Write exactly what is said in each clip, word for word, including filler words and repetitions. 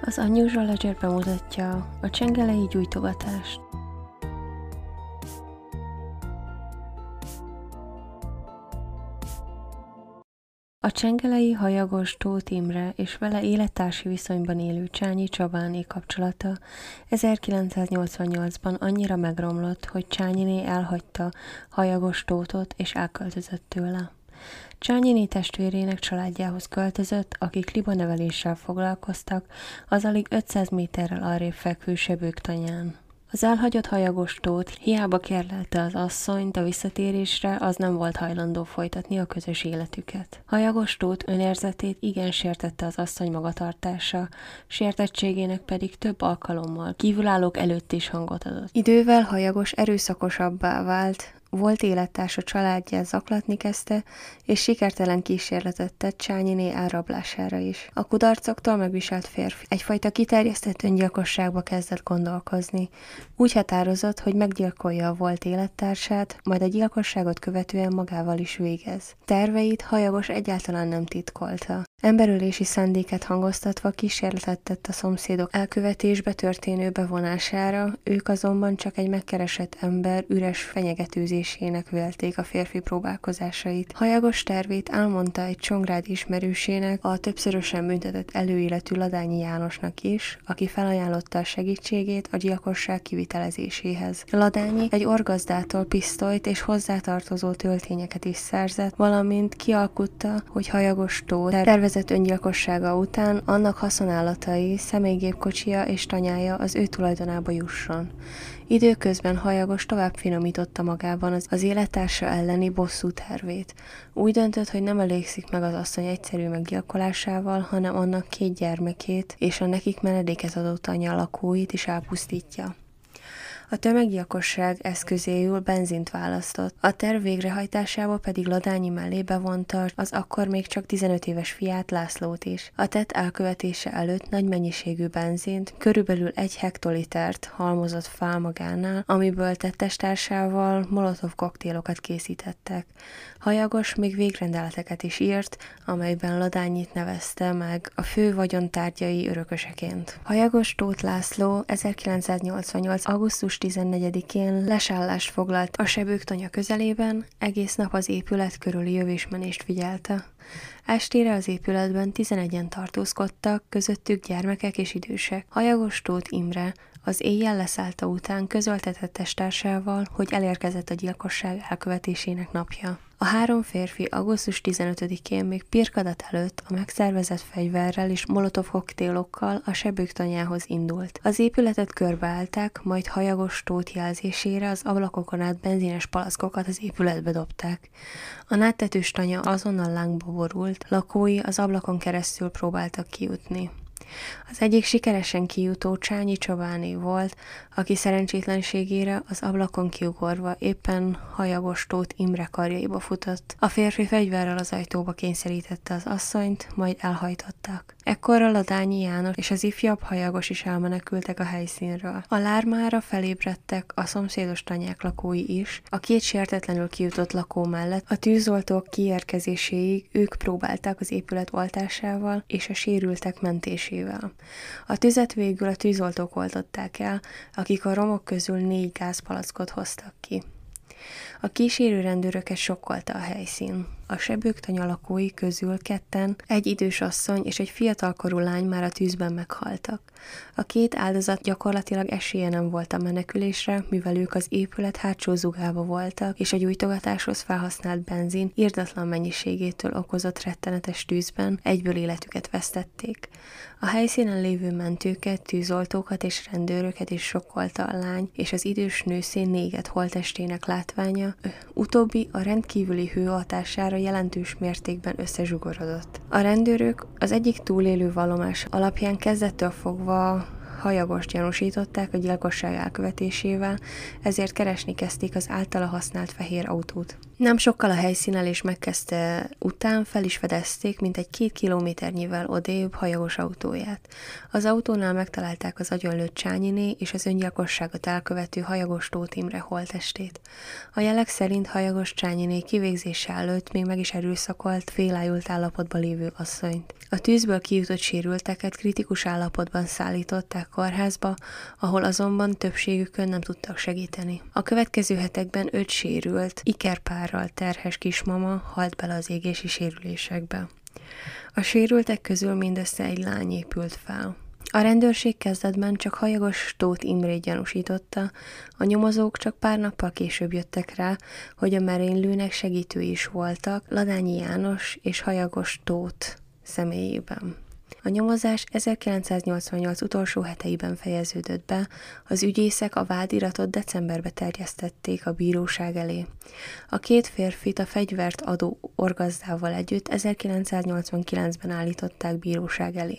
Az Unusual Ledger bemutatja a csengelei gyújtogatást. A csengelei hajagos Tóth Imre és vele élettársi viszonyban élő Csányi Csabáné kapcsolata ezerkilencszáznyolcvannyolcban annyira megromlott, hogy Csányiné elhagyta hajagos Tóthot és elköltözött tőle. Csányiné testvérének családjához költözött, akik libaneveléssel foglalkoztak az alig ötszáz méterrel arrébb fekvő Sebők-tanyán. Az elhagyott hajagos Tóth hiába kérlelte az asszonyt a visszatérésre, az nem volt hajlandó folytatni a közös életüket. Hajagos Tóth önérzetét igen sértette az asszony magatartása, sértettségének pedig több alkalommal kívülállók előtt is hangot adott. Idővel Hajagos erőszakosabbá vált, volt élettársa családját zaklatni kezdte, és sikertelen kísérletet tett Csányiné elrablására is. A kudarcoktól megviselt férfi egyfajta kiterjesztett öngyilkosságba kezdett gondolkozni. Úgy határozott, hogy meggyilkolja a volt élettársát, majd a gyilkosságot követően magával is végez. Terveit Hajagos egyáltalán nem titkolta. Emberölési szándéket hangoztatva kísérletet tett a szomszédok elkövetésbe történő bevonására, ők azonban csak egy megkeresett ember üres fenyegetőzésének vélték a férfi próbálkozásait. Hajagos tervét elmondta egy csongrádi ismerősének, a többszörösen büntetett előéletű Ladányi Jánosnak is, aki felajánlotta a segítségét a gyilkosság kivitelezéséhez. Ladányi egy orgazdától pisztolyt és hozzátartozó töltényeket is szerzett, valamint kialkutta, hogy Hajagos Tóth tervezett öngyilkossága után annak haszonállatai, személygépkocsia és tanyája az ő tulajdonába jusson. Időközben Hajagos tovább finomította magában az, az élettársa elleni bosszú tervét. Úgy döntött, hogy nem elégszik meg az asszony egyszerű meggyilkolásával, hanem annak két gyermekét és a nekik menedéket adó tanya lakóit is elpusztítja. A tömeggyilkosság eszközéül benzint választott, a terv végrehajtásába pedig Ladányi mellé bevonta az akkor még csak tizenöt éves fiát, Lászlót is. A tett elkövetése előtt nagy mennyiségű benzint, körülbelül egy hektolitert halmozott fel magánál, amiből tettestársával molotov koktélokat készítettek. Hajagos még végrendeleteket is írt, amelyben Ladányit nevezte meg a fő vagyontárgyai örököseként. Hajagos Tóth László ezerkilencszáznyolcvannyolc. augusztus tizennegyedikén lesállást foglalt a Sebők-tanya közelében, egész nap az épület körüli jövésmenést figyelte. Estére az épületben tizenegyen tartózkodtak, közöttük gyermekek és idősek. Hajagos Tóth Imre az éjjel leszállta után közölte testtársával, hogy elérkezett a gyilkosság elkövetésének napja. A három férfi augusztus tizenötödikén még pirkadat előtt a megszervezett fegyverrel és molotov koktélokkal a Sebők-tanyához indult. Az épületet körbeállták, majd Hajagos Tóth jelzésére az ablakokon át benzines palackokat az épületbe dobták. A nádtetős tanya azonnal lángba borult, lakói az ablakon keresztül próbáltak kijutni. Az egyik sikeresen kijutó Csányi Csabáné volt, aki szerencsétlenségére az ablakon kiugorva éppen Hajagos Tóth Imre karjaiba futott. A férfi fegyverrel az ajtóba kényszerítette az asszonyt, majd elhajtottak. Ekkorra Ladányi János és az ifjabb Hajagos is elmenekültek a helyszínről. A lármára felébredtek a szomszédos tanyák lakói is, a két sértetlenül kijutott lakó mellett a tűzoltók kiérkezéséig ők próbálták az épület oltásával és a sérültek mentésével. A tüzet végül a tűzoltók oltották el, akik a romok közül négy gázpalackot hoztak ki. A kísérő rendőröket sokkolta a helyszín. A Sebők-tanya lakói közül ketten, egy idős asszony és egy fiatalkorú lány már a tűzben meghaltak. A két áldozat gyakorlatilag esélye nem volt a menekülésre, mivel ők az épület hátsó zugába voltak, és a gyújtogatáshoz felhasznált benzin irdatlan mennyiségétől okozott rettenetes tűzben egyből életüket vesztették. A helyszínen lévő mentőket, tűzoltókat és rendőröket is sokkolta a lány és az idős nő szénnéget holttestének látványa, utóbbi a rendkívüli hő hatására jelentős mértékben összezsugorodott. A rendőrök az egyik túlélő vallomás alapján kezdettől fogva Hajagost gyanúsították a gyilkosság elkövetésével, ezért keresni kezdték az általa használt fehér autót. Nem sokkal a helyszínelés megkezdte után fel is fedezték, mint egy két kilométernyivel odébb hajagos autóját. Az autónál megtalálták az agyonlőtt Csányiné és az öngyilkosságot elkövető Hajagos Tóth Imre holttestét. A jelek szerint Hajagos Csányiné kivégzése előtt még meg is erőszakolt, félájult állapotban lévő asszonyt. A tűzből kijutott sérülteket kritikus állapotban szállították kórházba, ahol azonban többségükön nem tudtak segíteni. A következő hetekben öt sérült, ikerpárral terhes kismama halt bele az égési sérülésekbe. A sérültek közül mindössze egy lány épült fel. A rendőrség kezdetben csak Hajagos Tóth Imrét gyanúsította, a nyomozók csak pár nappal később jöttek rá, hogy a merénylőnek segítői is voltak, Ladányi János és Hajagos Tóth személyében. A nyomozás ezerkilencszáznyolcvannyolc utolsó heteiben fejeződött be, az ügyészek a vádiratot decemberbe terjesztették a bíróság elé. A két férfit a fegyvert adó orgazdával együtt ezerkilencszáznyolcvankilencben állították bíróság elé.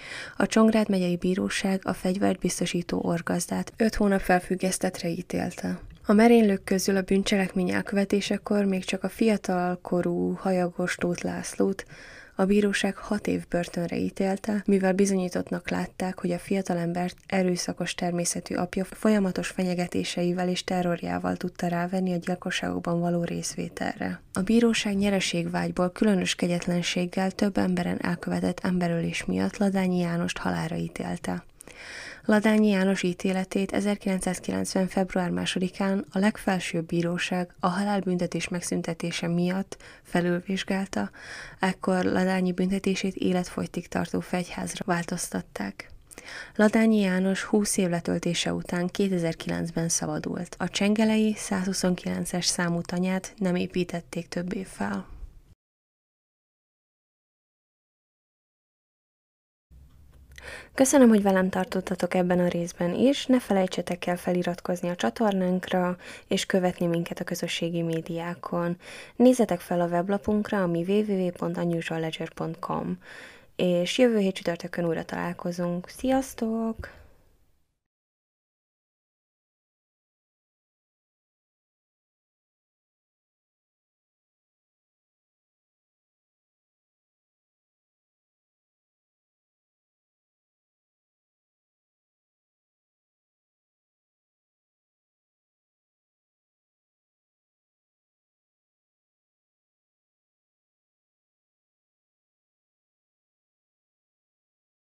A Csongrád megyei bíróság a fegyvert biztosító orgazdát öt hónap felfüggesztetre ítélte. A merénylők közül a bűncselekmény elkövetésekor még csak a fiatalkorú Hajagos Tóth Lászlót a bíróság hat év börtönre ítélte, mivel bizonyítottnak látták, hogy a fiatalembert erőszakos természetű apja folyamatos fenyegetéseivel és terrorjával tudta rávenni a gyilkosságokban való részvételre. A bíróság nyereségvágyból különös kegyetlenséggel több emberen elkövetett emberölés miatt Ladányi Jánost halálra ítélte. Ladányi János ítéletét ezerkilencszázkilencven. február másodikán a legfelsőbb bíróság a halálbüntetés megszüntetése miatt felülvizsgálta, ekkor Ladányi büntetését életfogytig tartó fegyházra változtatták. Ladányi János húsz év letöltése után kétezer-kilencben szabadult. A csengelei százhuszonkilences számú tanyát nem építették többé fel. Köszönöm, hogy velem tartottatok ebben a részben is, ne felejtsetek el feliratkozni a csatornánkra, és követni minket a közösségi médiákon. Nézzetek fel a weblapunkra, ami double-u double-u double-u pont unusual ledger pont com, és jövő hét csütörtökön újra találkozunk. Sziasztok!